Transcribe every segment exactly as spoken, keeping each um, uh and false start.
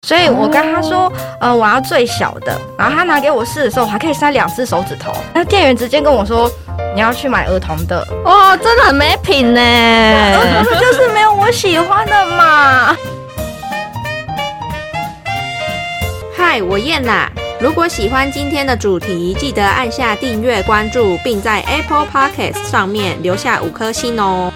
所以我跟他说，呃，我要最小的。然后他拿给我试的时候，我还可以塞两只手指头。那店员直接跟我说，你要去买儿童的。 哇，真的很没品呢。 儿童的就是没有我喜欢的嘛。 嗨，我燕啦。如果喜欢今天的主题，记得按下订阅关注，并在 Apple Podcast 上面留下五颗星哦。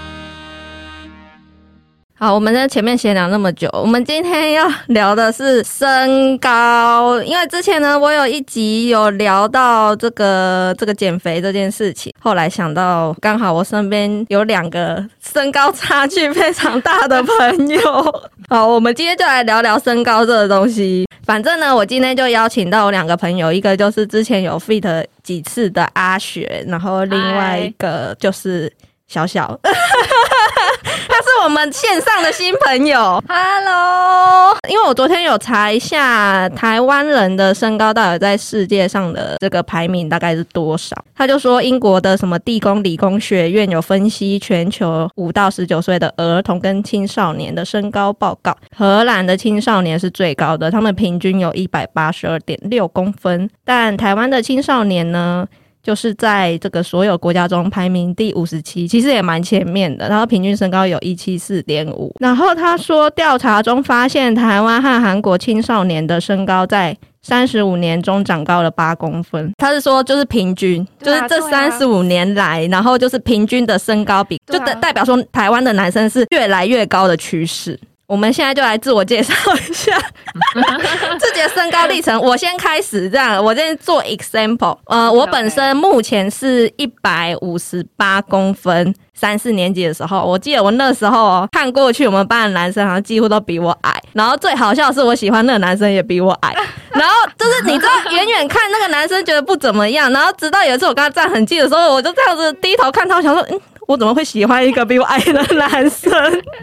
好，我们在前面闲聊那么久，我们今天要聊的是身高。因为之前呢，我有一集有聊到这个这个减肥这件事情，后来想到刚好我身边有两个身高差距非常大的朋友。好，我们今天就来聊聊身高这个东西。反正呢，我今天就邀请到我两个朋友，一个就是之前有 fit 几次的阿雪，然后另外一个就是小小。他是我们线上的新朋友 Hello， 因为我昨天有查一下台湾人的身高到底在世界上的这个排名大概是多少，他就说英国的什么地工理工学院有分析全球五到十九岁的儿童跟青少年的身高报告，荷兰的青少年是最高的，他们平均有 一百八十二点六公分，但台湾的青少年呢就是在这个所有国家中排名第五十七，其实也蛮前面的，然后平均身高有 一百七十四点五。 然后他说调查中发现台湾和韩国青少年的身高在三十五年中长高了八公分，他是说就是平均、啊、就是这三十五年来、啊、然后就是平均的身高比、啊、就代表说台湾的男生是越来越高的趋势。我们现在就来自我介绍一下自己的身高历程。我先开始这样，我先做 example。呃，我本身目前是一百五十八公分，三四年级的时候，我记得我那时候、哦、看过去我们班的男生好像几乎都比我矮，然后最好笑的是我喜欢那个男生也比我矮，然后就是你知道远远看那个男生觉得不怎么样，然后直到有一次我跟他站很近的时候，我就这样子低头看他，我想说嗯，我怎么会喜欢一个比我矮的男生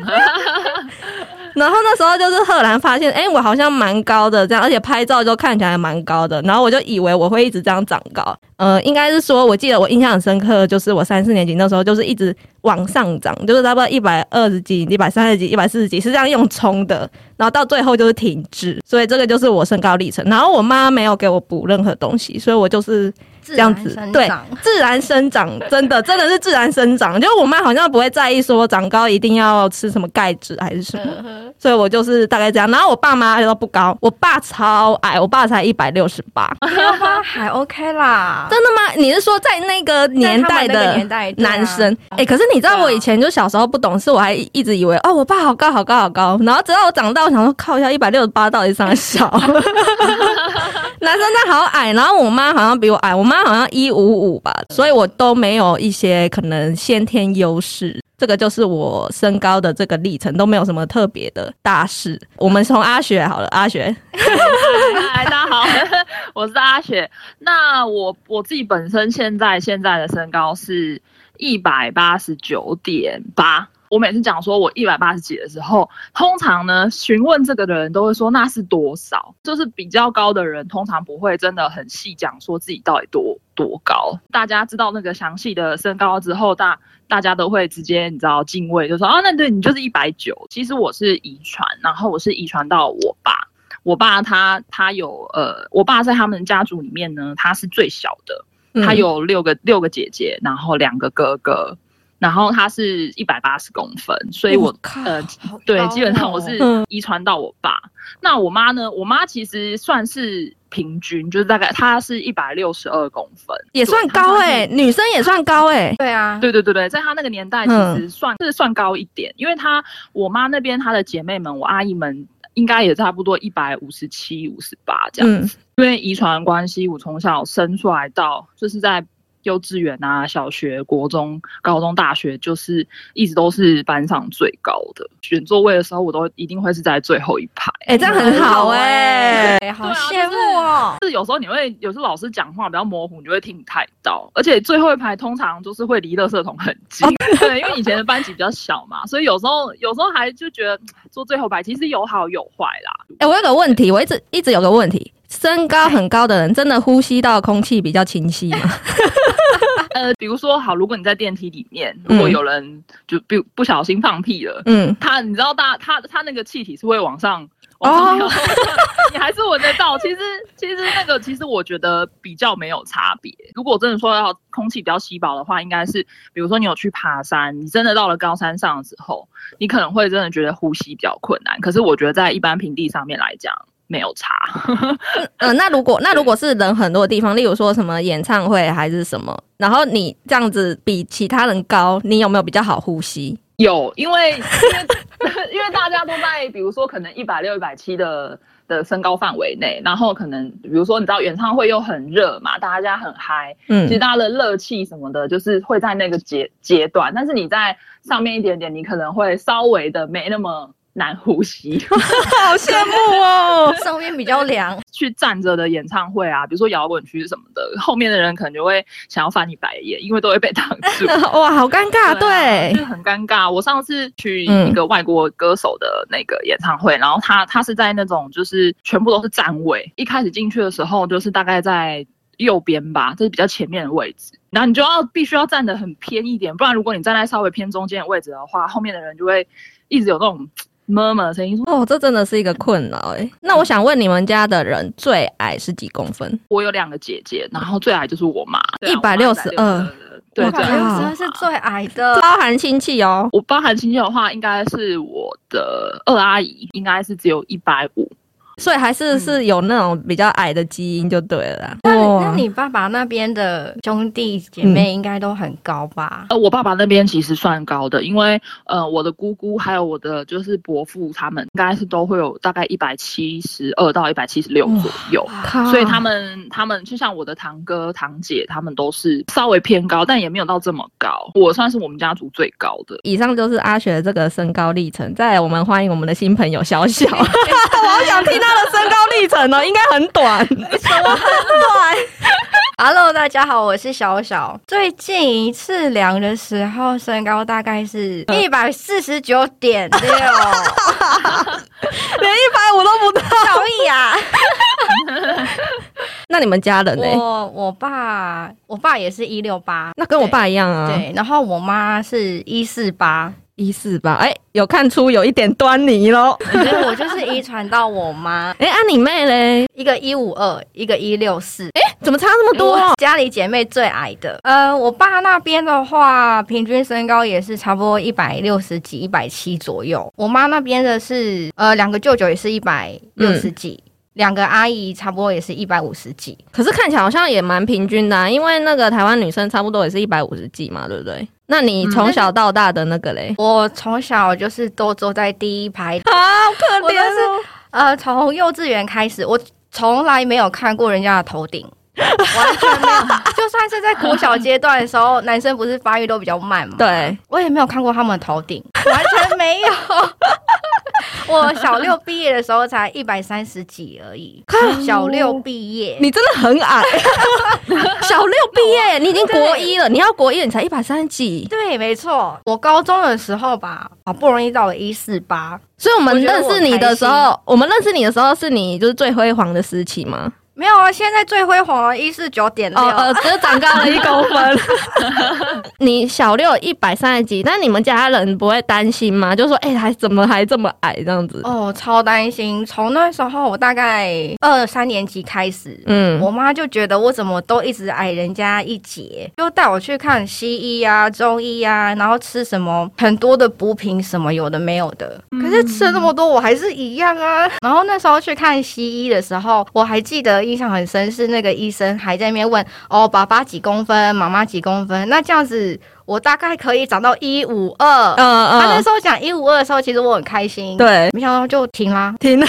然后那时候就是赫然发现，哎、欸，我好像蛮高的，这样，而且拍照就看起来蛮高的。然后我就以为我会一直这样长高，呃，应该是说，我记得我印象很深刻，就是我三四年级那时候就是一直往上涨，就是差不多一百二十几、一百三十几、一百四十几，是这样用冲的，然后到最后就是停滞。所以这个就是我身高历程。然后我妈没有给我补任何东西，所以我就是这样子，对，自然生长，真的真的是自然生长。就我妈好像不会在意说长高一定要吃什么钙质还是什么，所以我就是大概这样。然后我爸妈都不高，我爸超矮，我爸才一百六十八， 还 OK 啦。 真的吗？你是说在那个年代的男生？哎、啊欸，可是你知道我以前就小时候不懂事，我还一直以为哦，我爸好高好高好高，然后直到我长大，我想说靠一下一百六十八到底上小，男生他好矮，然后我妈好像比我矮，我妈好像一五五吧，所以我都没有一些可能先天优势。这个就是我身高的这个历程，都没有什么特别的大事。我们从阿雪好了，阿雪。 嗨，大家好，我是阿雪。那我我自己本身现在现在的身高是一百八十九点八。我每次讲说我一百八十几的时候，通常呢询问这个的人都会说那是多少，就是比较高的人通常不会真的很细讲说自己到底多多高。大家知道那个详细的身高之后，大大家都会直接你知道敬畏，就说啊那对你就是一百九十。其实我是遗传，然后我是遗传到我爸，我爸他他有呃，我爸在他们家族里面呢，他是最小的，他有六个、嗯、六个姐姐，然后两个哥哥。然后他是一百八十公分，所以我呃对，基本上我是遗传到我爸。嗯、那我妈呢？我妈其实算是平均，就是大概她是一百六十二公分， 也算高哎、欸，女生也算高哎、欸。 对啊， 对对对对，在她那个年代其实算、嗯、是算高一点，因为她我妈那边她的姐妹们，我阿姨们应该也差不多一百五十七、五十八这样子。嗯、因为遗传关系，我从小生出来到就是在幼稚园啊、小学、国中、高中、大学，就是一直都是班上最高的。选座位的时候，我都一定会是在最后一排。 哎、欸，这样很好哎、 欸，好羡慕哦。 就是有时候你会，有时候老师讲话比较模糊，你就会听不太到。而且最后一排通常就是会离垃圾桶很近，哦、对，因为以前的班级比较小嘛，所以有时候有时候还就觉得坐最后排其实有好有坏啦。 哎、欸，我有个问题，我一直一直有个问题。身高很高的人真的呼吸到空气比较清晰吗？ 呃，比如说好，如果你在电梯里面，如果有人就不不小心放屁了，嗯，他你知道大他他那个气体是会往上往上飘，哦、 其实其实那个其实我觉得比较没有差别。如果真的说要空气比较稀薄的话，应该是比如说你有去爬山，你真的到了高山上的时候，你可能会真的觉得呼吸比较困难。可是我觉得在一般平地上面来讲，没有差。 嗯、呃，那如果那如果是人很多的地方，例如说什么演唱会还是什么，然后你这样子比其他人高，你有没有比较好呼吸？ 有，因为因为因为大家都在比如说可能一百六、一百七的的身高范围内，然后可能比如说你知道演唱会又很热嘛，大家很嗨，嗯，其实大家的热气什么的，就是会在那个阶阶段，但是你在上面一点点，你可能会稍微的没那么难呼吸。 好羡慕哦， 上面比较凉。 去站着的演唱会啊，比如说摇滚区什么的，后面的人可能就会想要翻你白眼，因为都会被挡住。 哇，好尴尬，对、啊， 就很尴尬。我上次去一个外国歌手的那个演唱会，嗯、然后他他是在那种就是全部都是站位，一开始进去的时候就是大概在右边吧，这是比较前面的位置，然后你就要必须要站得很偏一点，不然如果你站在稍微偏中间的位置的话，后面的人就会一直有那种么么的声音。 哦，这真的是一个困扰哎。那我想问你们家的人最矮是几公分？ 我有两个姐姐，然后最矮就是我妈， 一百六十二。 对， 一百六十二是最矮的， 包含亲戚哦。 我包含亲戚的话，应该是我的二阿姨，应该是只有一百五。 所以还是是有那种比较矮的基因就对了啦。 那、嗯、那你爸爸那边的兄弟姐妹应该都很高吧？ 呃，我爸爸那边其实算高的，因为呃，我的姑姑还有我的就是伯父他们，应该是都会有大概一百七十二到一百七十六左右，所以他们他们就像我的堂哥堂姐，他们都是稍微偏高，但也没有到这么高。我算是我们家族最高的。 以上就是阿雪的这个身高历程。再来，我们欢迎我们的新朋友小小。我好想听他的身高历程哦，应该很短。 什么很短？Hello， 大家好，我是小小。最近一次量的时候，身高大概是一百四十九点六，连一百五都不到， 小易啊！ 那你们家人呢？ 我我爸，我爸也是一六八， 那跟我爸一样啊。 对，然后我妈是一四八。 一四八，哎，有看出有一点端倪咯。 所以我就是遗传到我妈。 哎，啊你妹嘞？ 一个一五二，一个一六四。 哎，怎么差这么多？ 家里姐妹最矮的，呃，我爸那边的话，平均身高也是差不多一百六十几、一百七左右。我妈那边的是，呃，两个舅舅也是一百六十几。嗯，两个阿姨差不多也是一百五十几， 可是看起来好像也蛮平均的、啊，因为那个台湾女生差不多也是一百五十几嘛，对不对？那你从小到大的那个嘞？ 嗯、我从小就是都坐在第一排， 好可怜哦。 呃，从幼稚园开始，我从来没有看过人家的头顶。完全没有，就算是在国小阶段的时候，男生不是发育都比较慢嘛？ 对， 我也没有看过他们的头顶，完全没有。我小六毕业的时候才一百三十几而已，小六毕业， 你真的很矮。小六毕业，你已经国一了，你要国一，你才一百三十几。 对，没错。我高中的时候吧，好不容易到了一四八， 所以我们认识你的时候，我, 我们认识你的时候是你就是最辉煌的时期吗？ 没有啊，现在最辉煌的一四九点六， 呃，只是长高了一公分。你小六一百三十几，但你们家人不会担心吗？就说，哎、欸，还怎么还这么矮这样子？ 哦，超担心。从那时候我大概二三年级开始，嗯，我妈就觉得我怎么都一直矮人家一截，就带我去看西医啊、中医啊，然后吃什么很多的补品，什么有的没有的。嗯、可是吃了那么多，我还是一样啊。然后那时候去看西医的时候，我还记得。印象很深是那个医生还在那边问哦，爸爸几公分，妈妈几公分，那这样子我大概可以长到一五二。嗯嗯，他那时候讲一五二的时候，其实我很开心， 对， 没想到就停啦， 停了。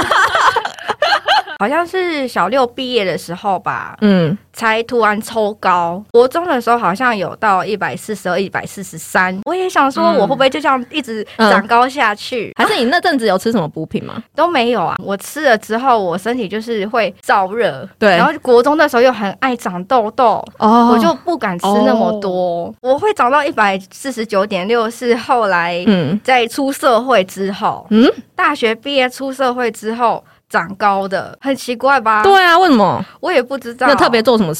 好像是小六毕业的时候吧，嗯，才突然抽高。国中的时候好像有到一百四十二、一百四十三，我也想说我会不会就这样一直长高下去？ 嗯、还是你那阵子有吃什么补品吗？ 都没有啊。我吃了之后，我身体就是会燥热， 对。 然后国中的时候又很爱长痘痘，哦，我就不敢吃那么多。哦、我会长到一百四十九点六，是后来嗯，在出社会之后，嗯，大学毕业出社会之后。长高的很奇怪吧？ 对啊，为什么？ 我也不知道。 那特别做什么事啊？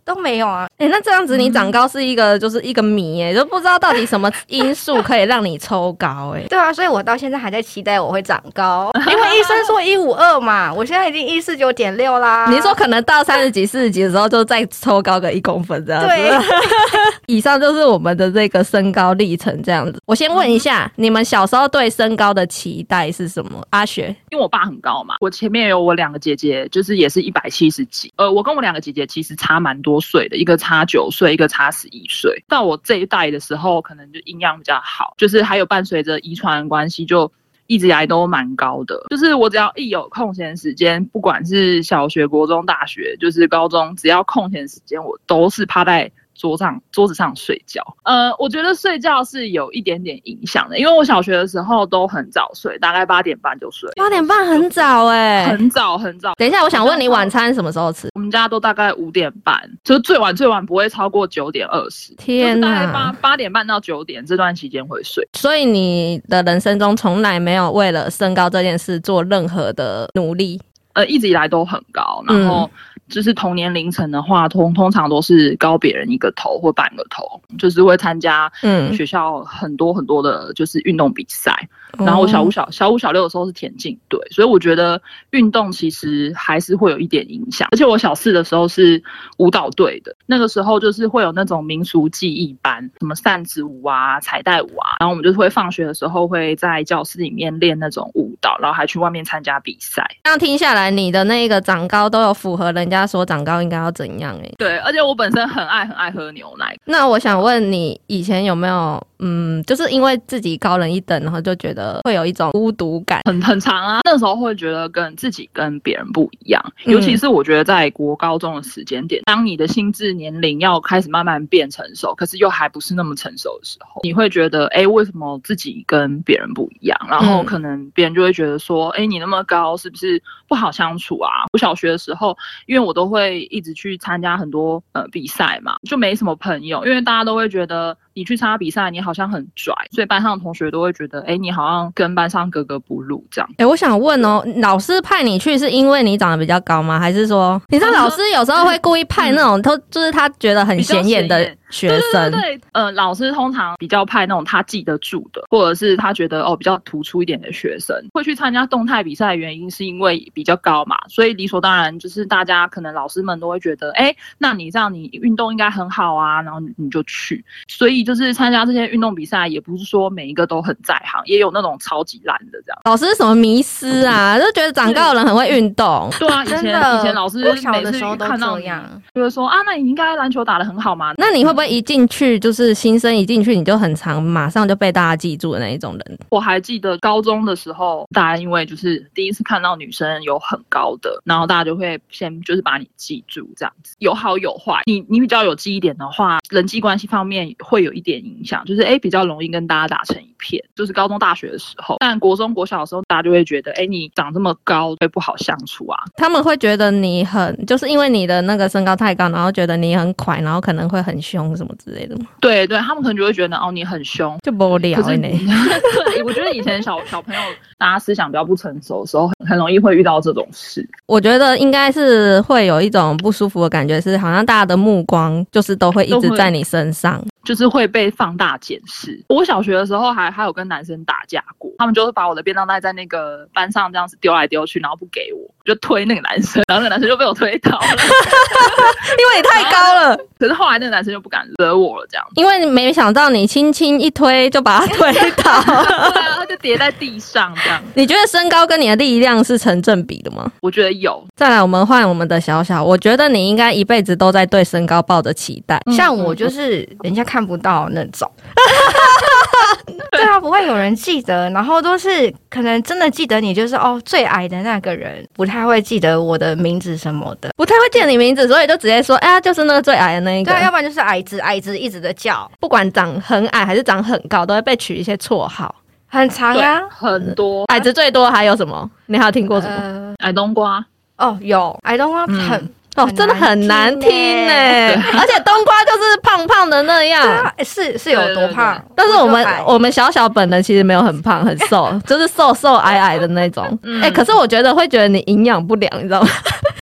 都没有啊。 哎、欸，那这样子你长高是一个、嗯、就是一个谜哎、欸，就不知道到底什么因素可以让你抽高哎、欸。 对啊，所以我到现在还在期待我会长高，因为医生说一五二嘛，我现在已经一四九点六啦。 你说可能到三十几、四十几的时候就再抽高个一公分这样子。 对， 以上就是我们的这个身高历程这样子。我先问一下，嗯、你们小时候对身高的期待是什么？阿雪， 因为我爸很高嘛，我前面有我两个姐姐，就是也是一百七十几。呃，我跟我两个姐姐其实差蛮多岁的，一个差九岁，一个差十一岁。到我这一代的时候，可能就营养比较好，就是还有伴随着遗传的关系，就一直以来都蛮高的。就是我只要一有空闲时间，不管是小学、国中、大学，就是高中，只要空闲时间，我都是趴在桌上桌子上睡觉。呃，我觉得睡觉是有一点点影响的，因为我小学的时候都很早睡，大概八点半就睡。 八点半很早哎、欸， 很早很早。 等一下，我想问你晚餐什么时候吃？ 我们家都大概五点半，就是最晚最晚不会超过九点二十。 天哪， 就是大概八八点半到九点这段期间会睡。 所以你的人生中从来没有为了身高这件事做任何的努力？ 呃，一直以来都很高，然后。嗯就是同年龄层的话，通通常都是高别人一个头或半个头，就是会参加学校很多很多的，就是运动比赛。嗯、然后我小五小小五小六的时候是田径队，所以我觉得运动其实还是会有一点影响。而且我小四的时候是舞蹈队的，那个时候就是会有那种民俗技艺班，什么扇子舞啊、彩带舞啊，然后我们就是会放学的时候会在教室里面练那种舞蹈，然后还去外面参加比赛。 这样听下来，你的那个长高都有符合人家。他说长高应该要怎样欸？ 对，而且我本身很爱很爱喝牛奶。 那我想问你，以前有没有嗯，就是因为自己高人一等，然后就觉得会有一种孤独感？ 很很长啊，那时候会觉得跟自己跟别人不一样，尤其是我觉得在国高中的时间点，嗯、当你的心智年龄要开始慢慢变成熟，可是又还不是那么成熟的时候，你会觉得，哎、欸，为什么自己跟别人不一样？然后可能别人就会觉得说，哎、欸，你那么高，是不是不好相处啊？我小学的时候，因为我都会一直去参加很多呃比赛嘛，就没什么朋友，因为大家都会觉得你去参加比赛，你好像很拽，所以班上的同学都会觉得，哎、欸，你好像跟班上格格不入这样。 哎、欸，我想问哦，老师派你去是因为你长得比较高吗？还是说，你知道老师有时候会故意派那种，都、嗯、就是他觉得很显眼的学生？ 对对对对，呃，老师通常比较派那种他记得住的，或者是他觉得哦比较突出一点的学生，会去参加动态比赛的原因是因为比较高嘛，所以理所当然就是大家可能老师们都会觉得，哎、欸，那你这样你运动应该很好啊，然后你就去。所以就是参加这些运动比赛，也不是说每一个都很在行，也有那种超级烂的这样。 老师是什么迷思啊？就觉得长高的人很会运动。 对啊，以前以前老师每次看到这样， 就会说啊，那你应该篮球打得很好吗？ 那你会不会一进去就是新生一进去你就很常马上就被大家记住的那一种人？ 我还记得高中的时候，大家因为就是第一次看到女生有很高的，然后大家就会先就是把你记住这样子，有好有坏。你你比较有记忆点的话，人际关系方面会有一点影响，就是哎比较容易跟大家打成一片。就是高中大学的时候，但国中国小的时候，大家就会觉得，哎你长这么高会不好相处啊。 他们会觉得你很，就是因为你的那个身高太高，然后觉得你很快，然后可能会很凶什么之类的吗？ 对对，他们可能就会觉得哦你很凶， 就无聊呢。 对，我觉得以前小小朋友大家思想比较不成熟的时候，很容易会遇到这种事。 我觉得应该是会有一种不舒服的感觉，是好像大家的目光就是都会一直在你身上， 就是会被放大检视。我小学的时候还还有跟男生打架过，他们就是把我的便当袋在那个班上这样子丢来丢去，然后不给我，就推那个男生，然后那个男生就被我推倒了， 因为你太高了。 可是后来那个男生就不敢惹我了，这样， 因为你没想到你轻轻一推就把他推倒， 对啊，他就跌在地上这样。 你觉得身高跟你的力量是成正比的吗？ 我觉得有。 再来，我们换我们的小小，我觉得你应该一辈子都在对身高抱着期待。 嗯、像我就是人家看不到那种。对啊，不会有人记得，然后都是可能真的记得你就是哦最矮的那个人，不太会记得我的名字什么的， 不太会记得你名字，所以就直接说哎呀就是那个最矮的那一个。 对啊，要不然就是矮子矮子一直的叫， 不管长很矮还是长很高，都会被取一些绰号， 很长啊， 很多。 矮子最多还有什么？你还有听过什么？呃、 矮冬瓜。 哦，有矮冬瓜很。嗯哦，真的很难听哎、欸，而且冬瓜就是胖胖的那样， 啊、是是有多胖？对对对， 但是我们我们小小本人其实没有很胖，很瘦，就是瘦瘦矮矮的那种。哎、嗯欸，可是我觉得会觉得你营养不良，你知道吗？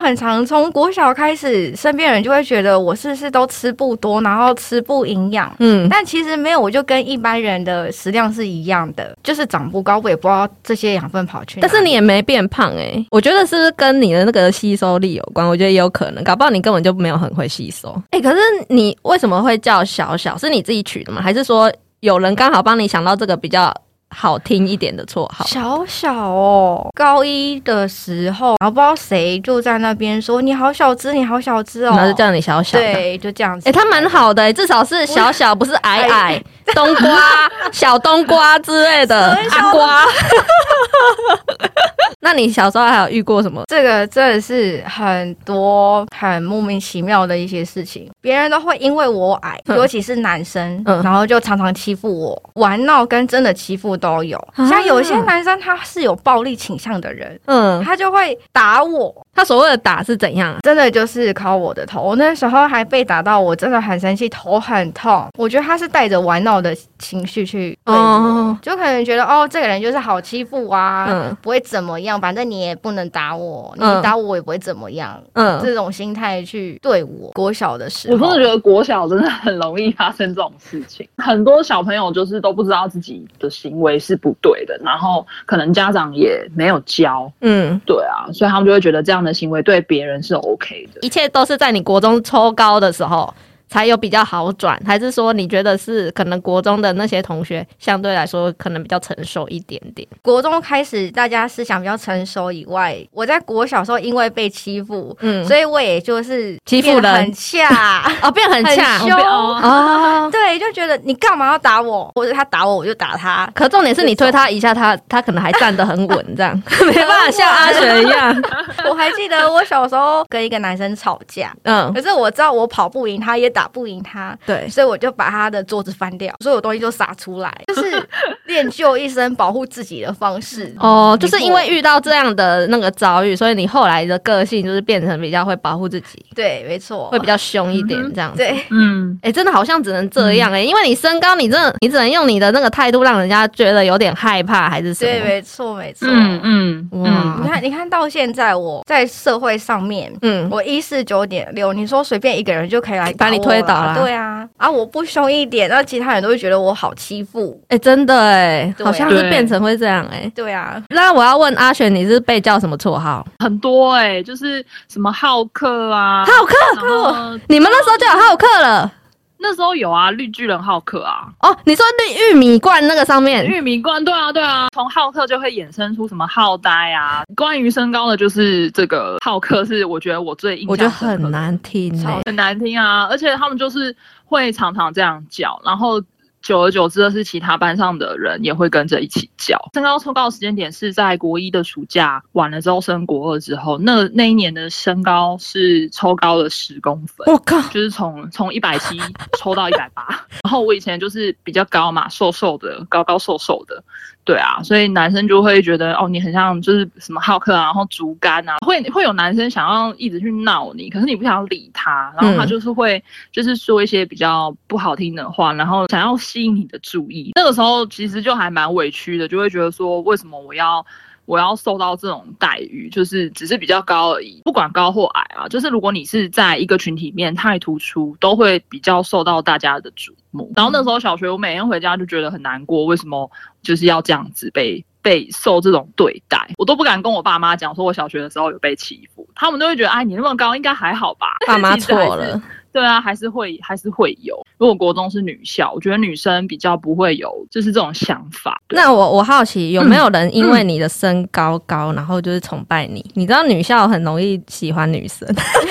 很常从国小开始，身边人就会觉得我是不是都吃不多，然后吃不营养。嗯，但其实没有，我就跟一般人的食量是一样的，就是长不高，我也不知道这些养分跑去哪里。 但是你也没变胖哎、欸，我觉得是不是跟你的那个吸收力有关？我觉得也有可能，搞不好你根本就没有很会吸收。哎、欸，可是你为什么会叫小小？是你自己取的吗？还是说有人刚好帮你想到这个比较好听一点的绰号？ 小小哦，高一的时候，然后不知道谁就在那边说你好小只，你好小只哦， 然后就叫你小小的。 对，就这样子。 哎、欸，他蛮好的、欸，至少是小小，不是矮矮，冬瓜、小冬瓜之类的阿瓜。那你小时候还有遇过什么？ 这个真的是很多很莫名其妙的一些事情，别人都会因为我矮，嗯、尤其是男生、嗯，然后就常常欺负我，玩闹跟真的欺负都有。啊、像有些男生他是有暴力倾向的人，嗯，他就会打我。 他所谓的打是怎样？ 真的就是敲我的头。我那时候还被打到，我真的很生气，头很痛。我觉得他是带着玩闹的情绪去对我、哦，就可能觉得哦，这个人就是好欺负啊，嗯、不会怎么样，反正你也不能打我，你打我也不会怎么样。嗯，这种心态去对我。国小的时候， 我真的觉得国小真的很容易发生这种事情。很多小朋友就是都不知道自己的行为是不对的，然后可能家长也没有教。嗯，对啊，所以他们就会觉得这样的行为对别人是 OK 的。 一切都是在你国中抽高的时候才有比较好转，还是说你觉得是可能国中的那些同学相对来说可能比较成熟一点点？ 国中开始大家思想比较成熟以外，我在国小时候因为被欺负，嗯，所以我也就是欺负人很恰哦，变很恰很凶哦，对，就觉得你干嘛要打我，或者他打我我就打他。 可重点是你推他一下，他他可能还站得很稳，这样没办法像阿雪一样。 我还记得我小时候跟一个男生吵架，嗯，可是我知道我跑不赢他，也打不赢他，对，所以我就把他的桌子翻掉，所有东西都洒出来，就是练就一身保护自己的方式。 哦，就是因为遇到这样的那个遭遇，所以你后来的个性就是变成比较会保护自己。 对，没错， 会比较凶一点这样子。 对， 嗯，哎、欸，真的好像只能这样哎、欸嗯，因为你身高，你真的你只能用你的那个态度让人家觉得有点害怕，还是什么？ 对，没错，没错。 嗯嗯嗯，你看，你看到现在我在社会上面，嗯，我一四九点六，你说随便一个人就可以来把你推倒了。 对啊，啊，我不凶一点，那其他人都会觉得我好欺负。 哎、欸，真的哎、欸，好像是变成会这样哎、欸。 对啊， 那我要问阿璇，你是被叫什么绰号？ 很多哎、欸，就是什么浩克啊， 浩克，你们那时候就有浩克了。 那时候有啊，绿巨人浩克啊。 哦，你说绿玉米罐那个上面， 玉米罐，对啊，对啊。从浩克就会衍生出什么浩呆啊。关于身高的，就是这个浩克是我觉得我最印象我觉得很难听、欸， 很难听啊。而且他们就是会常常这样叫，然后久而久之的是其他班上的人也会跟着一起叫。身高抽高的时间点是在国一的暑假完了之后升国二之后，那那一年的身高是抽高了十公分。 我靠， 就是从从一百七抽到一百八。然后我以前就是比较高嘛，瘦瘦的，高高瘦瘦的。对啊，所以男生就会觉得哦，你很像就是什么浩克啊，然后竹竿啊，会会有男生想要一直去闹你，可是你不想理他，然后他就是会、嗯、就是说一些比较不好听的话，然后想要吸引你的注意。那个时候其实就还蛮委屈的，就会觉得说为什么我要我要受到这种待遇，就是只是比较高而已，不管高或矮啊，就是如果你是在一个群体里面太突出，都会比较受到大家的瞩目。然后那时候小学我每天回家就觉得很难过，为什么就是要这样子被被受这种对待，我都不敢跟我爸妈讲说我小学的时候有被欺负，他们都会觉得哎你那么高应该还好吧， 爸妈错了。 对啊，还是会还是会有。如果国中是女校，我觉得女生比较不会有就是这种想法。 那我我好奇有没有人因为你的身高高、嗯、然后就是崇拜你？你知道女校很容易喜欢女生。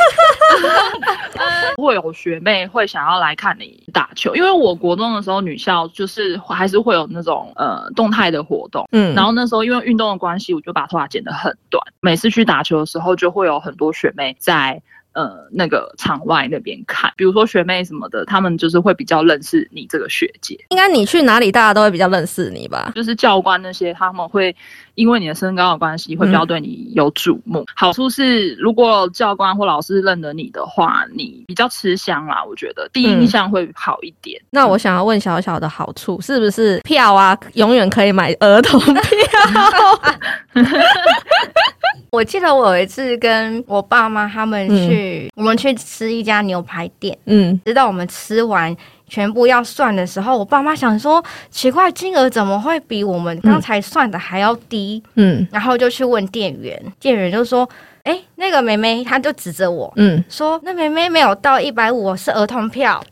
会有学妹会想要来看你打球，因为我国中的时候女校就是还是会有那种呃动态的活动，嗯，然后那时候因为运动的关系，我就把头发剪得很短，每次去打球的时候就会有很多学妹在呃那个场外那边看，比如说学妹什么的，他们就是会比较认识你这个学姐。 应该你去哪里大家都会比较认识你吧？ 就是教官那些他们会因为你的身高的关系会比较对你有瞩目、嗯、好处是如果教官或老师认得你的话，你比较吃香啦，我觉得第一印象会好一点、嗯、 那我想要问小小的好处是不是票啊永远可以买儿童票？ 我记得我有一次跟我爸妈他们去、嗯、我们去吃一家牛排店，嗯，直到我们吃完全部要算的时候，我爸妈想说奇怪，金额怎么会比我们刚才算的还要低，嗯，然后就去问店员，店员就说哎、欸，那个妹妹，她就指着我，嗯，说那妹妹没有到一百五十，是儿童票，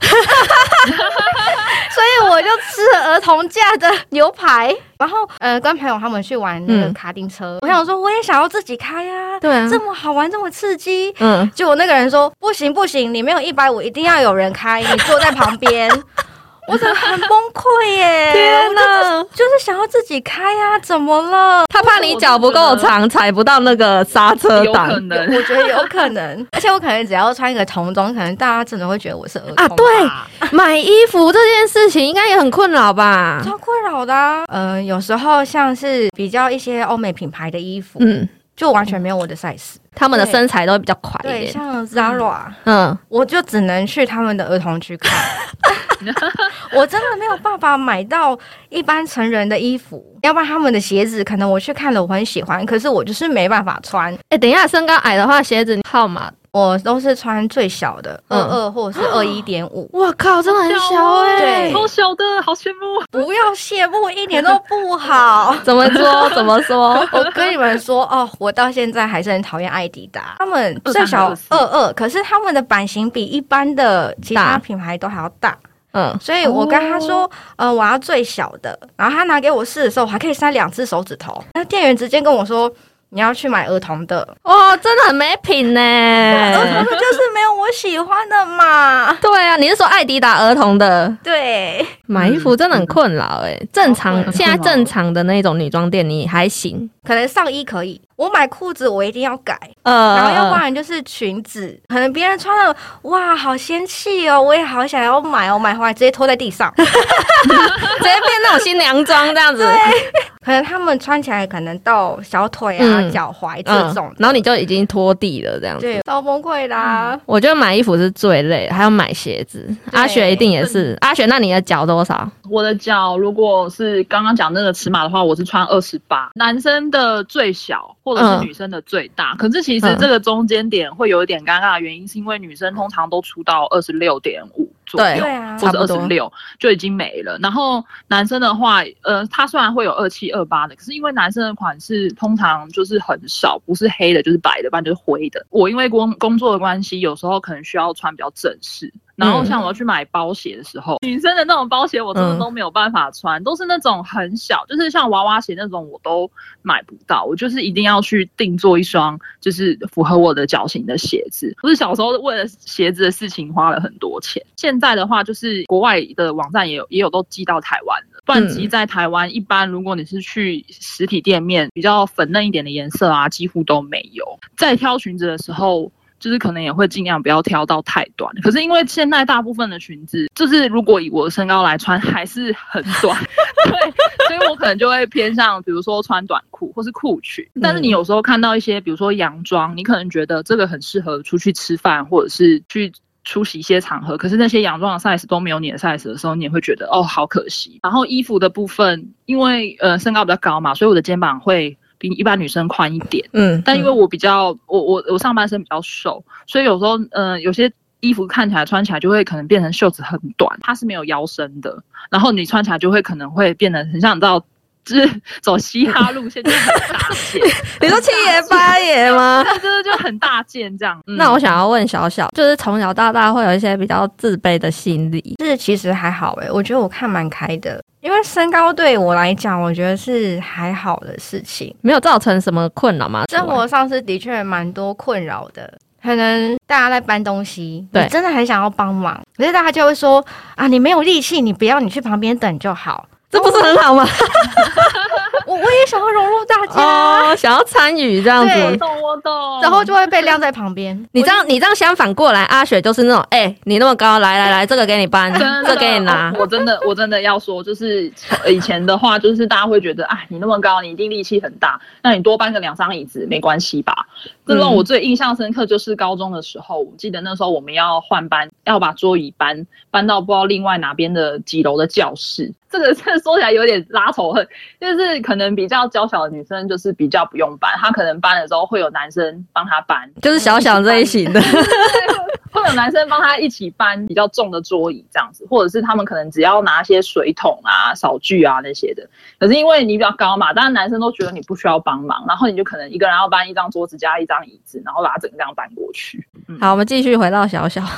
所以我就吃了儿童价的牛排，然后呃，跟朋友他们去玩那个卡丁车，嗯、我想说我也想要自己开啊，对啊，这么好玩，这么刺激，嗯，结果那个人说不行不行，你没有一百五，一定要有人开，你坐在旁边。我真的很崩溃耶！天哪，就，就是想要自己开啊，怎么了？ 他怕你脚不够长，踩不到那个刹车档。 有可能， 我觉得有可能。而且我可能只要穿一个童装，可能大家真的会觉得我是儿童啊。 对，买衣服这件事情应该也很困扰吧？ 超困扰的、啊。呃，有时候像是比较一些欧美品牌的衣服，嗯，就完全没有我的 size。 他们的身材都会比较宽一点， 对，像 Zara， 嗯，我就只能去他们的儿童区看。我真的没有办法买到一般成人的衣服，要不然他们的鞋子可能我去看了我很喜欢，可是我就是没办法穿。 哎、欸，等一下，身高矮的话，鞋子号码我都是穿最小的二二、嗯、或者是二一点五。 哇靠，真的很小哎、 欸， 超小的，好羡慕！ 不要羡慕，一点都不好。 怎么说？怎么说？ 我跟你们说哦，我到现在还是很讨厌艾迪达，他们最小二二，可是他们的版型比一般的其他品牌都还要大。嗯，所以我跟他说，哦、呃，我要最小的，然后他拿给我试的时候，我还可以塞两只手指头。那店员直接跟我说，你要去买儿童的。 哇，真的很没品呢！ 儿童的就是没有我喜欢的嘛。 对啊，你是说艾迪达儿童的？ 对， 买衣服真的很困扰哎、欸。正常现在正常的那种女装店你还行， 可能上衣可以。我买裤子我一定要改，呃，然后要不然就是裙子，可能别人穿了哇好仙气哦，我也好想要买哦，买回来直接拖在地上，直接变那种新娘装这样子。 对，可能他们穿起来可能到小腿啊、嗯、脚踝这种、嗯， 然后你就已经拖地了这样子， 对，超崩溃啦、嗯。 我觉得买衣服是最累，还要买鞋子。阿雪一定也是，阿雪，那你的脚多少？ 我的脚如果是刚刚讲那个尺码的话，我是穿二十八，男生的最小。或者是女生的最大、嗯、可是其实这个中间点会有一点尴尬的原因是因为女生通常都出到二十六点五左右， 对啊， 或者二十六就已经没了。然后男生的话呃，他虽然会有二七二八的，可是因为男生的款式通常就是很少，不是黑的就是白的，不然就是灰的。我因为工工作的关系有时候可能需要穿比较正式，然后像我要去买包鞋的时候、嗯、女生的那种包鞋我真的都没有办法穿、嗯、都是那种很小，就是像娃娃鞋那种我都买不到，我就是一定要去定做一双就是符合我的脚型的鞋子。不是小时候为了鞋子的事情花了很多钱，现在的话就是国外的网站也有也有都寄到台湾了，不然其实在台湾一般如果你是去实体店面比较粉嫩一点的颜色啊几乎都没有。在挑裙子的时候就是可能也会尽量不要挑到太短，可是因为现在大部分的裙子就是如果以我的身高来穿还是很短对，所以我可能就会偏向比如说穿短裤或是裤裙。但是你有时候看到一些比如说洋装，你可能觉得这个很适合出去吃饭或者是去出席一些场合，可是那些洋装的 size 都没有你的 size 的时候，你也会觉得哦好可惜。然后衣服的部分因为呃身高比较高嘛，所以我的肩膀会比一般女生宽一点，嗯，但因为我比较我我我上半身比较瘦，所以有时候嗯、呃、有些衣服看起来穿起来就会可能变成袖子很短，它是没有腰身的，然后你穿起来就会可能会变得很像你知道就是走嘻哈路线，就很大件你说七爷八爷吗？ 对对对，就很大件这样、嗯、 那我想要问小小，就是从小到大会有一些比较自卑的心理？ 是其实还好耶，我觉得我看蛮开的，因为身高对我来讲我觉得是还好的事情， 没有造成什么困扰吗？ 生活上是的确蛮多困扰的，可能大家在搬东西，你真的很想要帮忙，可是大家就会说啊，你没有力气，你不要，你去旁边等就好， 这不是很好吗？ 我我也想要融入大家， 哦，想要参与这样子， 我懂我懂， 然后就会被晾在旁边。 你这样你这样相反过来，阿雪就是那种，哎、欸，你那么高，来来来，这个给你搬，这个给你拿。 我真的我真的要说，就是以前的话，就是大家会觉得，哎，你那么高，你一定力气很大，那你多搬个两张椅子没关系吧？ 这让我最印象深刻就是高中的时候，我记得那时候我们要换班，要把桌椅搬搬到不知道另外哪边的几楼的教室。这个这说起来有点拉仇恨，就是可能比较娇小的女生就是比较不用搬，她可能搬的时候会有男生帮她搬， 就是小小这一型的。 会有男生帮他一起搬比较重的桌椅这样子，或者是他们可能只要拿些水桶啊、扫具啊那些的。可是因为你比较高嘛，当然男生都觉得你不需要帮忙，然后你就可能一个人要搬一张桌子加一张椅子，然后把它整个这样搬过去。嗯、 好，我们继续回到小小，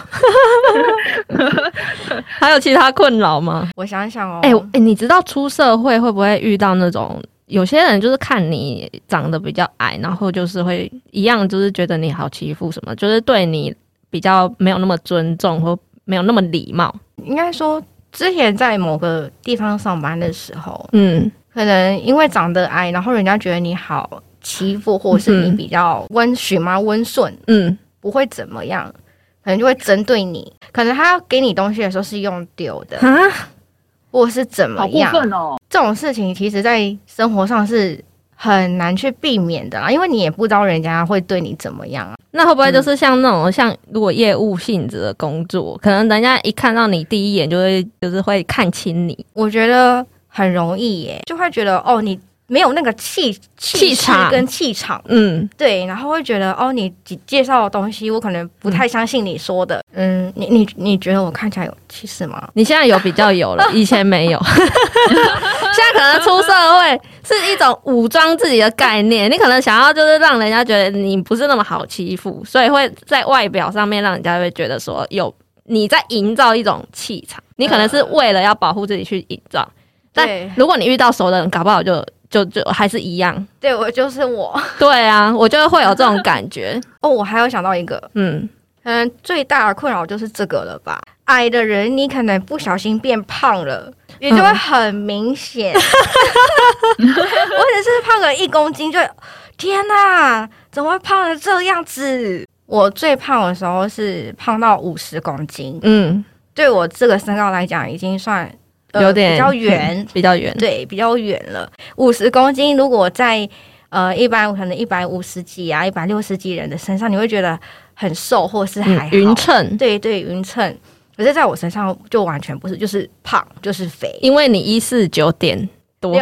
还有其他困扰吗？ 我想想哦， 哎、欸欸、你知道出社会会不会遇到那种？有些人就是看你长得比较矮，然后就是会一样，就是觉得你好欺负什么，就是对你比较没有那么尊重或没有那么礼貌。 应该说之前在某个地方上班的时候， 嗯， 可能因为长得矮，然后人家觉得你好欺负，或是你比较温驯嘛、温顺，嗯，不会怎么样，可能就会针对你。可能他要给你东西的时候是用丢的啊，或是怎么样？ 好过分哦！ 这种事情其实在生活上是很难去避免的啦，因为你也不知道人家会对你怎么样啊。 那会不会就是像那种、嗯、像如果业务性质的工作，可能人家一看到你第一眼就会就是会看清你？ 我觉得很容易耶，就会觉得哦你没有那个气气场跟气场，嗯，对，然后会觉得哦你介绍的东西我可能不太相信你说的，嗯，你你你觉得我看起来有气势吗？ 你现在有比较有了，以前没有。现在可能出社会是一种武装自己的概念，你可能想要就是让人家觉得你不是那么好欺负，所以会在外表上面让人家会觉得说有你在营造一种气场，你可能是为了要保护自己去营造，但如果你遇到熟的人，搞不好就就就还是一样。 对，我就是我。 对啊，我就会有这种感觉。 哦，我还有想到一个，嗯，可能最大的困扰就是这个了吧。矮的人，你可能不小心变胖了，也就会很明显。嗯、或者是胖个一公斤就，天哪，怎么会胖成这样子？我最胖的时候是胖到五十公斤，嗯，对我这个身高来讲，已经算。呃、 有点比较圆， 比较圆， 对，比较圆了。五十公斤，如果在呃一般可能一百五十几啊、一百六十几人的身上，你会觉得很瘦，或是还好匀、嗯、称， 对对，匀称。可是在我身上就完全不是，就是胖，就是肥， 因为你一四九点多，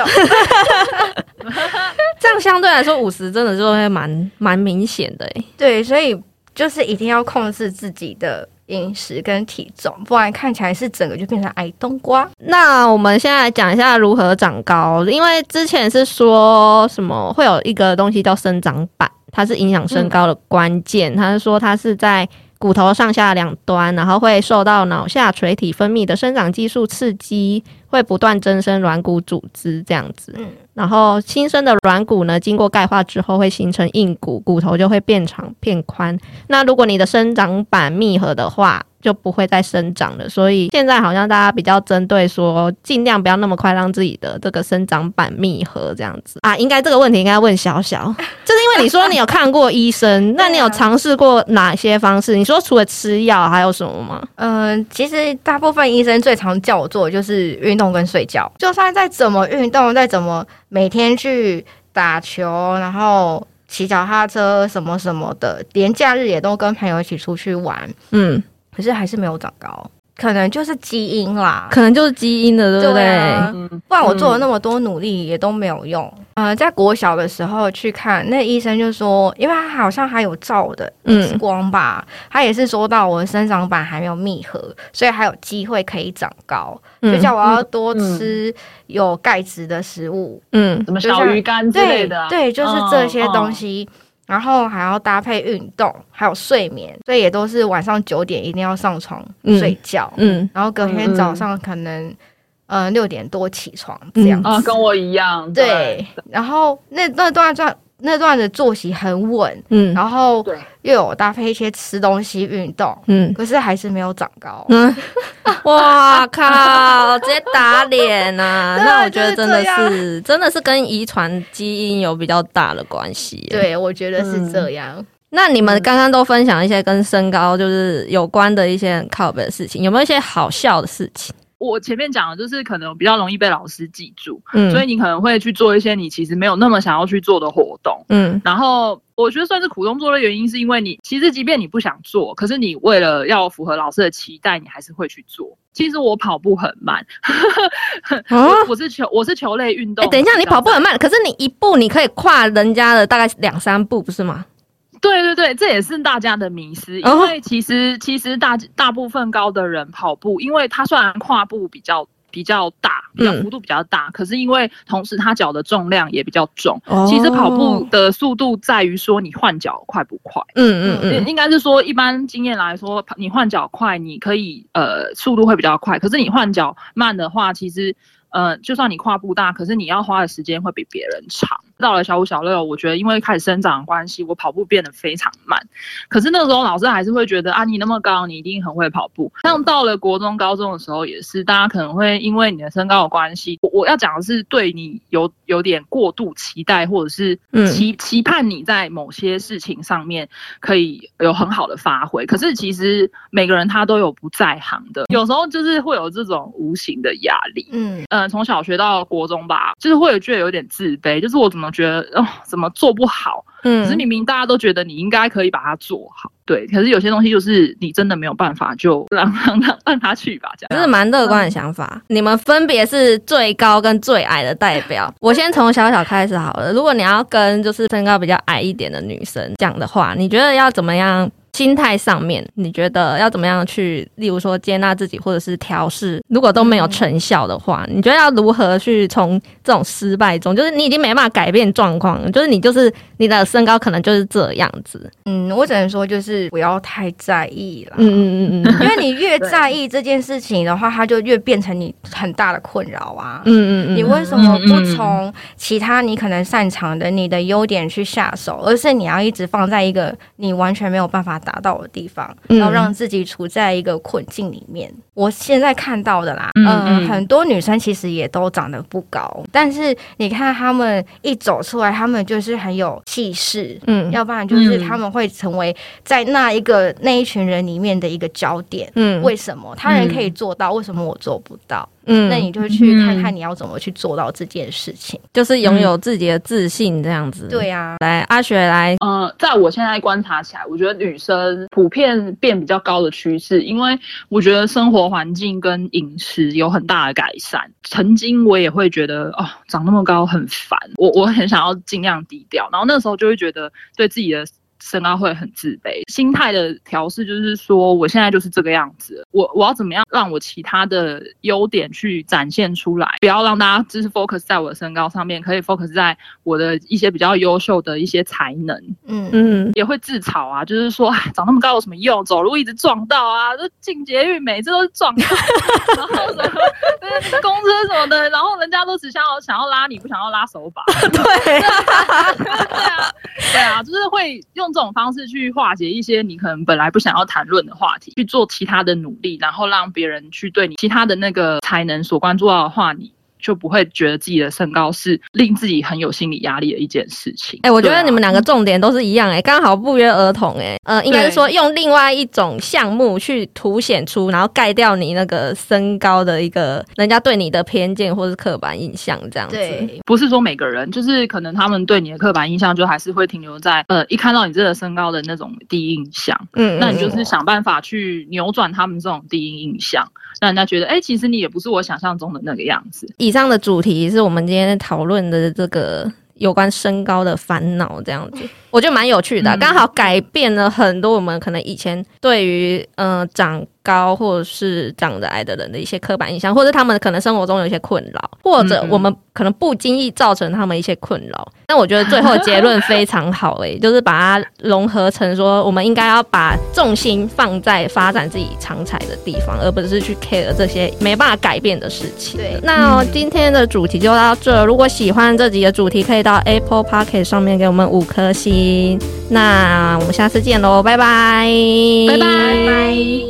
这样相对来说五十真的就会蛮蛮明显的哎。 对，所以就是一定要控制自己的饮食跟体重，不然看起来是整个就变成矮冬瓜。 那我们现在来讲一下如何长高，因为之前是说什么会有一个东西叫生长板，它是影响身高的关键。他、嗯、是说它是在骨头上下两端，然后会受到脑下垂体分泌的生长激素刺激，会不断增生软骨组织这样子。嗯，然后新生的软骨呢，经过钙化之后会形成硬骨，骨头就会变长变宽。那如果你的生长板密合的话，就不会再生长了。所以现在好像大家比较针对说，尽量不要那么快让自己的这个生长板密合这样子啊。应该这个问题应该问小小，就是因为你说你有看过医生，那你有尝试过哪些方式？你说除了吃药还有什么吗？ 嗯、呃，其实大部分医生最常叫我做的就是运动跟睡觉。就算再怎么运动，再怎么每天去打球，然后骑脚踏车什么什么的，连假日也都跟朋友一起出去玩，嗯，可是还是没有长高，可能就是基因啦， 可能就是基因的，对不对？对啊， 不然我做了那么多努力也都没有用。呃，在国小的时候去看，那医生就说，因为他好像还有照我的 X 光吧，嗯、他也是说到我的生长板还没有密合，所以还有机会可以长高，嗯、就叫我要多吃有钙质的食物， 嗯，什么小鱼干之类的、啊对，对，就是这些东西。哦哦然后还要搭配运动，还有睡眠，所以也都是晚上九点一定要上床睡觉，嗯，嗯然后隔天早上可能、嗯、呃六点多起床这样子、 嗯、啊，跟我一样， 对。 对然后那那段段那段的作息很稳，嗯，然后又有搭配一些吃东西、运动，嗯，可是还是没有长高，嗯， 哇靠，直接打脸啊！那我觉得真的是、就是、真的是跟遗传基因有比较大的关系。 对，我觉得是这样。嗯、 那你们刚刚都分享一些跟身高就是有关的一些很靠北的事情，有没有一些好笑的事情？ 我前面讲的就是可能比较容易被老师记住，嗯，所以你可能会去做一些你其实没有那么想要去做的活动，嗯，然后我觉得算是苦中作乐的原因是因为你其实即便你不想做，可是你为了要符合老师的期待，你还是会去做。其实我跑步很慢，哦、我, 我是球我是球类运动。哎、 欸，等一下，你跑步很慢，可是你一步你可以跨人家的大概两三步，不是吗？ 对对对，这也是大家的迷思，因为其实、哦、其实大大部分高的人跑步，因为他虽然跨步比较比较大，比较幅度比较大、嗯，可是因为同时他脚的重量也比较重、哦。其实跑步的速度在于说你换脚快不快。嗯嗯嗯，应该是说一般经验来说，你换脚快，你可以呃速度会比较快，可是你换脚慢的话，其实呃就算你跨步大，可是你要花的时间会比别人长。到了小五小六，我觉得因为开始生长的关系，我跑步变得非常慢。可是那时候老师还是会觉得啊，你那么高，你一定很会跑步。像到了国中、高中的时候，也是大家可能会因为你的身高的关系，我我要讲的是对你有有点过度期待，或者是期、嗯、期盼你在某些事情上面可以有很好的发挥。可是其实每个人他都有不在行的，有时候就是会有这种无形的压力。嗯呃，从小学到国中吧，就是会有觉得有点自卑，就是我怎么觉得哦，怎么做不好？嗯，可是明明大家都觉得你应该可以把它做好，对。可是有些东西就是你真的没有办法，就让让让让他去吧，这样。 这是蛮乐观的想法、嗯。你们分别是最高跟最矮的代表。我先从小小开始好了。如果你要跟就是身高比较矮一点的女生讲的话，你觉得要怎么样？心态上面你觉得要怎么样去例如说接纳自己或者是调试，如果都没有成效的话、嗯、你觉得要如何去从这种失败中，就是你已经没办法改变状况，就是你就是你的身高可能就是这样子。 嗯，我只能说就是不要太在意啦。嗯嗯嗯嗯，因为你越在意这件事情的话，它就越变成你很大的困扰啊。嗯嗯嗯，你为什么不从其他你可能擅长的你的优点去下手，而是你要一直放在一个你完全没有办法达到的地方，然后让自己处在一个困境里面。嗯、我现在看到的啦，嗯、呃，很多女生其实也都长得不高，但是你看她们一走出来，她们就是很有气势，嗯，要不然就是她们会成为在那一个那一群人里面的一个焦点。嗯，为什么他人可以做到，为什么我做不到？嗯，那你就去看看你要怎么去做到这件事情， 就是拥有自己的自信这样子。 对啊， 来阿雪来， 呃，在我现在观察起来，我觉得女生普遍变比较高的趋势，因为我觉得生活环境跟饮食有很大的改善。曾经我也会觉得哦，长那么高很烦，我我很想要尽量低调，然后那时候就会觉得对自己的身高会很自卑。心态的调试就是说，我现在就是这个样子，我我要怎么样让我其他的优点去展现出来，不要让大家就是 focus 在我的身高上面，可以 focus 在我的一些比较优秀的一些才能。嗯嗯，也会自嘲啊，就是说长那么高有什么用，走路一直撞到啊，就进捷运每次都是撞到然后什么公车什么的，然后人家都只想要想要拉你，不想要拉手把对啊对啊对啊，就是会用这种方式去化解一些你可能本来不想要谈论的话题，去做其他的努力，然后让别人去对你其他的那个才能所关注到的话，你就不会觉得自己的身高是令自己很有心理压力的一件事情。 哎、欸，我觉得你们两个重点都是一样、欸，哎，刚好不约而同、欸，哎，呃，应该是说用另外一种项目去凸显出，然后盖掉你那个身高的一个人家对你的偏见或是刻板印象，这样子。 对， 不是说每个人，就是可能他们对你的刻板印象就还是会停留在呃一看到你这个身高的那种第一印象，嗯，那你就是想办法去扭转他们这种第一印象，让人家觉得，哎、欸，其实你也不是我想象中的那个样子。 以上的主题是我们今天讨论的这个有关身高的烦恼，这样子我觉得蛮有趣的、啊，刚、嗯、好改变了很多我们可能以前对于呃长高或者是长得矮的人的一些刻板印象，或者他们可能生活中有一些困扰，或者我们可能不经意造成他们一些困扰。但我觉得最后的结论非常好诶、欸，就是把它融合成说，我们应该要把重心放在发展自己长才的地方，而不是去 care 这些没办法改变的事情。对，那、哦、今天的主题就到这。如果喜欢这集的主题，可以到 Apple Podcast 上面给我们五颗星。那我们下次见喽，拜拜， 拜拜。